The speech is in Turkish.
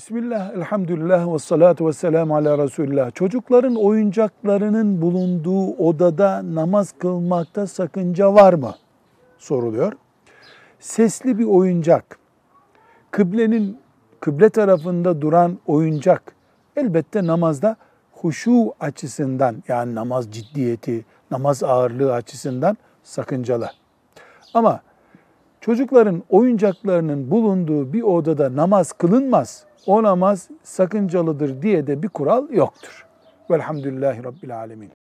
Bismillah, elhamdülillah ve salatu ve selamu ala Resulullah. Çocukların oyuncaklarının bulunduğu odada namaz kılmakta sakınca var mı? Soruluyor. Sesli bir oyuncak, kıble tarafında duran oyuncak elbette namazda huşu açısından, yani namaz ciddiyeti, namaz ağırlığı açısından sakıncalı. Ama çocukların oyuncaklarının bulunduğu bir odada namaz kılınmaz, o namaz sakıncalıdır diye de bir kural yoktur. Velhamdülillahi Rabbil Alemin.